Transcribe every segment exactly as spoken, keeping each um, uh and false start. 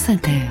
France Inter.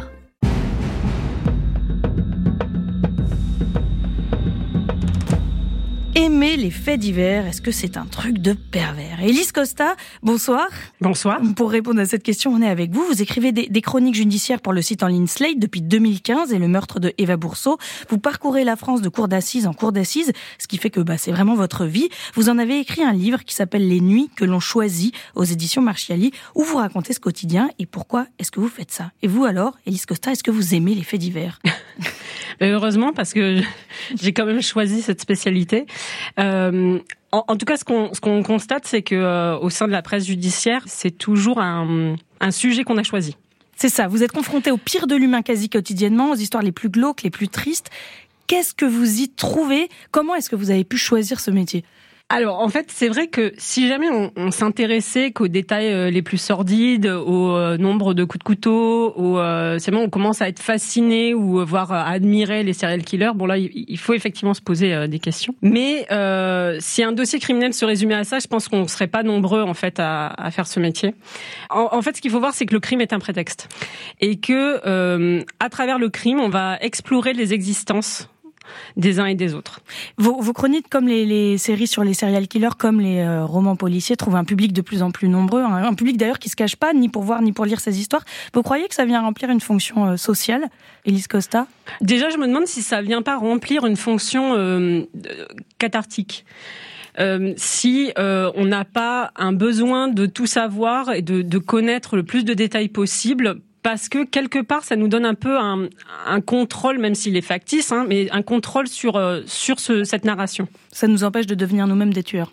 Aimer les faits divers, est-ce que c'est un truc de pervers ? Élise Costa, bonsoir. Bonsoir. Pour répondre à cette question, on est avec vous. Vous écrivez des, des chroniques judiciaires pour le site en ligne Slate depuis deux mille quinze et le meurtre de Eva Bourseau. Vous parcourez la France de cour d'assises en cour d'assises, ce qui fait que bah, c'est vraiment votre vie. Vous en avez écrit un livre qui s'appelle Les Nuits que l'on choisit aux éditions Marchiali, où vous racontez ce quotidien et pourquoi est-ce que vous faites ça. Et vous alors, Élise Costa, est-ce que vous aimez les faits divers ? Heureusement, parce que j'ai quand même choisi cette spécialité. Euh, en, en tout cas, ce qu'on, ce qu'on constate, c'est que euh, au sein de la presse judiciaire, c'est toujours un, un sujet qu'on a choisi. C'est ça, vous êtes confronté au pire de l'humain quasi quotidiennement, aux histoires les plus glauques, les plus tristes. Qu'est-ce que vous y trouvez ? Comment est-ce que vous avez pu choisir ce métier ? Alors, en fait, c'est vrai que si jamais on, on s'intéressait qu'aux détails euh, les plus sordides, au euh, nombre de coups de couteau, au, euh, c'est bon, on commence à être fasciné ou euh, voire à admirer les serial killers. Bon là, il, il faut effectivement se poser euh, des questions. Mais euh, si un dossier criminel se résumait à ça, je pense qu'on serait pas nombreux en fait à, à faire ce métier. En, en fait, ce qu'il faut voir, c'est que le crime est un prétexte et que euh, à travers le crime, on va explorer les existences des uns et des autres. Vos, vos chroniques, comme les, les séries sur les serial killers, comme les euh, romans policiers, trouvent un public de plus en plus nombreux, un, un public d'ailleurs qui se cache pas, ni pour voir, ni pour lire ces histoires. Vous croyez que ça vient remplir une fonction euh, sociale, Élise Costa ? Déjà, je me demande si ça vient pas remplir une fonction euh, cathartique. Euh, si euh, on n'a pas un besoin de tout savoir et de, de connaître le plus de détails possible, parce que quelque part, ça nous donne un peu un, un contrôle, même s'il est factice, hein, mais un contrôle sur euh, sur ce, cette narration. Ça nous empêche de devenir nous-mêmes des tueurs.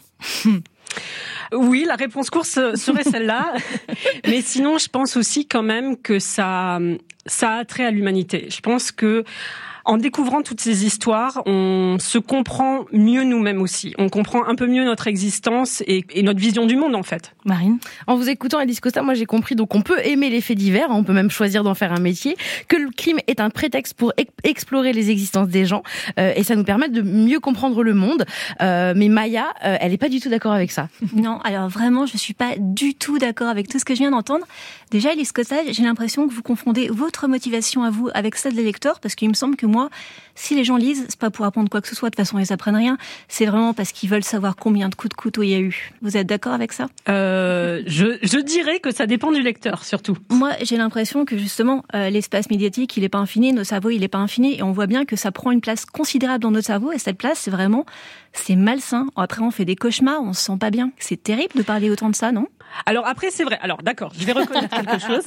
Oui, la réponse courte serait celle-là. Mais sinon, je pense aussi quand même que ça ça a trait à l'humanité. Je pense que en découvrant toutes ces histoires, on se comprend mieux nous-mêmes aussi. On comprend un peu mieux notre existence et, et notre vision du monde, en fait. Marine ? En vous écoutant, Élise Costa, moi j'ai compris, donc on peut aimer les faits divers, on peut même choisir d'en faire un métier, que le crime est un prétexte pour e- explorer les existences des gens, euh, et ça nous permet de mieux comprendre le monde. Euh, mais Maya, euh, elle est pas du tout d'accord avec ça. Non, alors vraiment, je suis pas du tout d'accord avec tout ce que je viens d'entendre. Déjà, Élise Costa, j'ai l'impression que vous confondez votre motivation à vous avec celle des lecteurs, parce qu'il me semble que moi, si les gens lisent, c'est pas pour apprendre quoi que ce soit, de toute façon ils apprennent rien, c'est vraiment parce qu'ils veulent savoir combien de coups de couteau il y a eu. Vous êtes d'accord avec ça ? euh, je, je dirais que ça dépend du lecteur, surtout. Moi, j'ai l'impression que justement, euh, l'espace médiatique, il est pas infini, notre cerveau, il est pas infini, et on voit bien que ça prend une place considérable dans notre cerveau, et cette place, c'est vraiment, c'est malsain. Après, on fait des cauchemars, on se sent pas bien. C'est terrible de parler autant de ça, non ? Alors après, c'est vrai. Alors d'accord, je vais reconnaître quelque chose.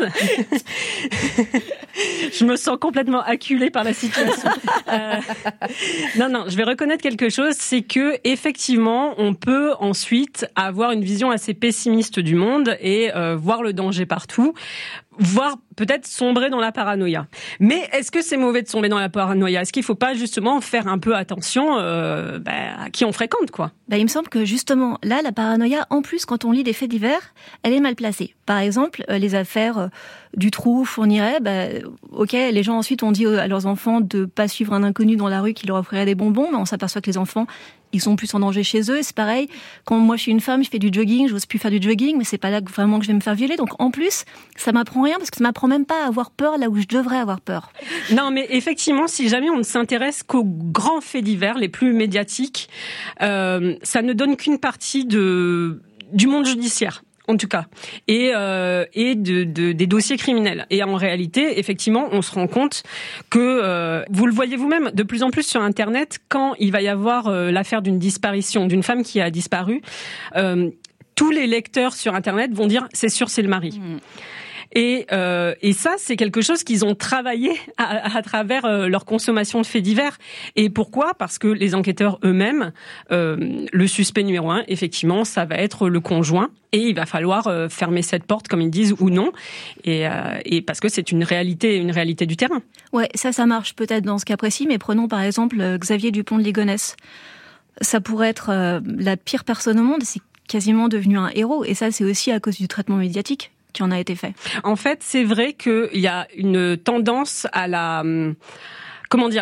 Je me sens complètement acculée par la situation. Euh, non, non, je vais reconnaître quelque chose, c'est que effectivement, on peut ensuite avoir une vision assez pessimiste du monde et euh, voir le danger partout, voire peut-être sombrer dans la paranoïa. Mais est-ce que c'est mauvais de sombrer dans la paranoïa ? Est-ce qu'il faut pas justement faire un peu attention euh, bah, à qui on fréquente, quoi ? Bah, il me semble que justement, là, la paranoïa, en plus, quand on lit des faits divers, elle est mal placée. Par exemple, euh, les affaires euh, du trou, Fourniret, bah, ok, les gens ensuite ont dit à leurs enfants de pas suivre un inconnu dans la rue qui leur offrirait des bonbons, mais on s'aperçoit que les enfants, ils sont plus en danger chez eux. C'est pareil, quand moi je suis une femme, je fais du jogging, j'ose plus faire du jogging, mais c'est pas là que vraiment que je vais me faire violer. Donc en plus, ça m'apprend rien parce que ça m'apprend même pas à avoir peur là où je devrais avoir peur. Non, mais effectivement, si jamais on ne s'intéresse qu'aux grands faits divers, les plus médiatiques, euh, ça ne donne qu'une partie de du monde judiciaire. En tout cas, et euh, et de, de des dossiers criminels. Et en réalité, effectivement, on se rend compte que euh, vous le voyez vous-même de plus en plus sur Internet, quand il va y avoir euh, l'affaire d'une disparition d'une femme qui a disparu, euh, tous les lecteurs sur Internet vont dire c'est sûr, c'est le mari. Mmh. Et, euh, et ça, c'est quelque chose qu'ils ont travaillé à, à travers euh, leur consommation de faits divers. Et pourquoi ? Parce que les enquêteurs eux-mêmes, euh, le suspect numéro un, effectivement, ça va être le conjoint. Et il va falloir euh, fermer cette porte, comme ils disent, ou non. Et, euh, et parce que c'est une réalité, une réalité du terrain. Ouais, ça, ça marche peut-être dans ce cas précis. Mais prenons par exemple Xavier Dupont de Ligonnès. Ça pourrait être euh, la pire personne au monde. C'est quasiment devenu un héros. Et ça, c'est aussi à cause du traitement médiatique qui en a été fait. En fait, c'est vrai qu'il y a une tendance à la, comment dire, à la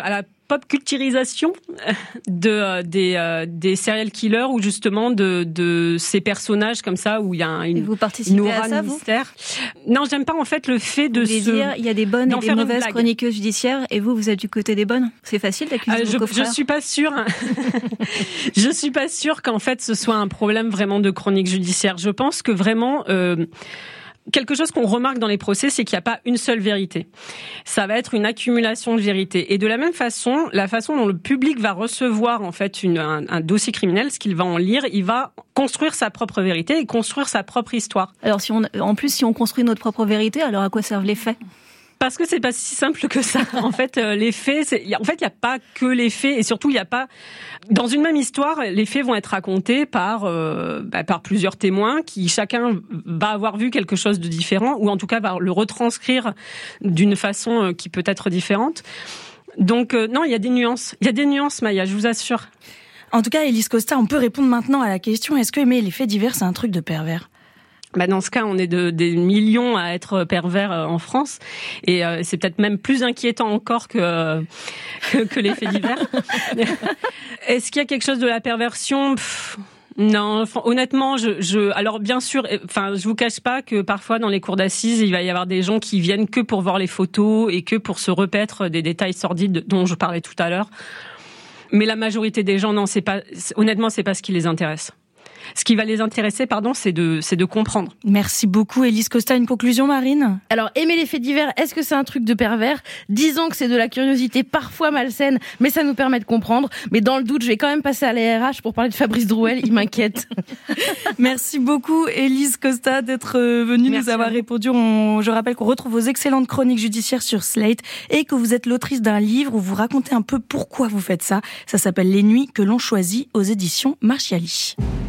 pop culturisation de euh, des euh, des serial killers ou justement de de ces personnages comme ça où il y a une, et vous participez une aura à ça, de vous mystère. Non, j'aime pas en fait le fait de vous se dire il y a des bonnes et des mauvaises chroniqueuses judiciaires et vous vous êtes du côté des bonnes. C'est facile d'accuser euh, vos je, confrères. Je suis pas sûre. Je suis pas sûre qu'en fait ce soit un problème vraiment de chronique judiciaire. Je pense que vraiment euh, quelque chose qu'on remarque dans les procès, c'est qu'il n'y a pas une seule vérité. Ça va être une accumulation de vérités. Et de la même façon, la façon dont le public va recevoir en fait une, un, un dossier criminel, ce qu'il va en lire, il va construire sa propre vérité et construire sa propre histoire. Alors, si on, en plus, si on construit notre propre vérité, alors à quoi servent les faits ? Parce que c'est pas si simple que ça. En fait, euh, les faits, c'est, en fait, il y a pas que les faits, et surtout, il y a pas dans une même histoire, les faits vont être racontés par euh, bah, par plusieurs témoins qui chacun va avoir vu quelque chose de différent, ou en tout cas va le retranscrire d'une façon qui peut être différente. Donc euh, non, il y a des nuances. Il y a des nuances, Maya, je vous assure. En tout cas, Élise Costa, on peut répondre maintenant à la question, est-ce que aimer les faits divers, c'est un truc de pervers ? Bah dans ce cas, on est de, des millions à être pervers en France, et euh, c'est peut-être même plus inquiétant encore que que, que les faits divers. Est-ce qu'il y a quelque chose de la perversion ? Pff, non, honnêtement, je, je, alors bien sûr, enfin, je vous cache pas que parfois dans les cours d'assises, il va y avoir des gens qui viennent que pour voir les photos et que pour se repaître des détails sordides dont je parlais tout à l'heure. Mais la majorité des gens, non, c'est pas, honnêtement, c'est pas ce qui les intéresse. Ce qui va les intéresser, pardon, c'est de, c'est de comprendre. Merci beaucoup, Élise Costa. Une conclusion, Marine ? Alors, aimer les faits divers, est-ce que c'est un truc de pervers ? Disons que c'est de la curiosité parfois malsaine, mais ça nous permet de comprendre. Mais dans le doute, je vais quand même passer à la R H pour parler de Fabrice Drouel, il m'inquiète. Merci beaucoup, Élise Costa, d'être venue Merci nous avoir répondu. On, je rappelle qu'on retrouve vos excellentes chroniques judiciaires sur Slate et que vous êtes l'autrice d'un livre où vous racontez un peu pourquoi vous faites ça. Ça s'appelle Les nuits que l'on choisit aux éditions Marchiali.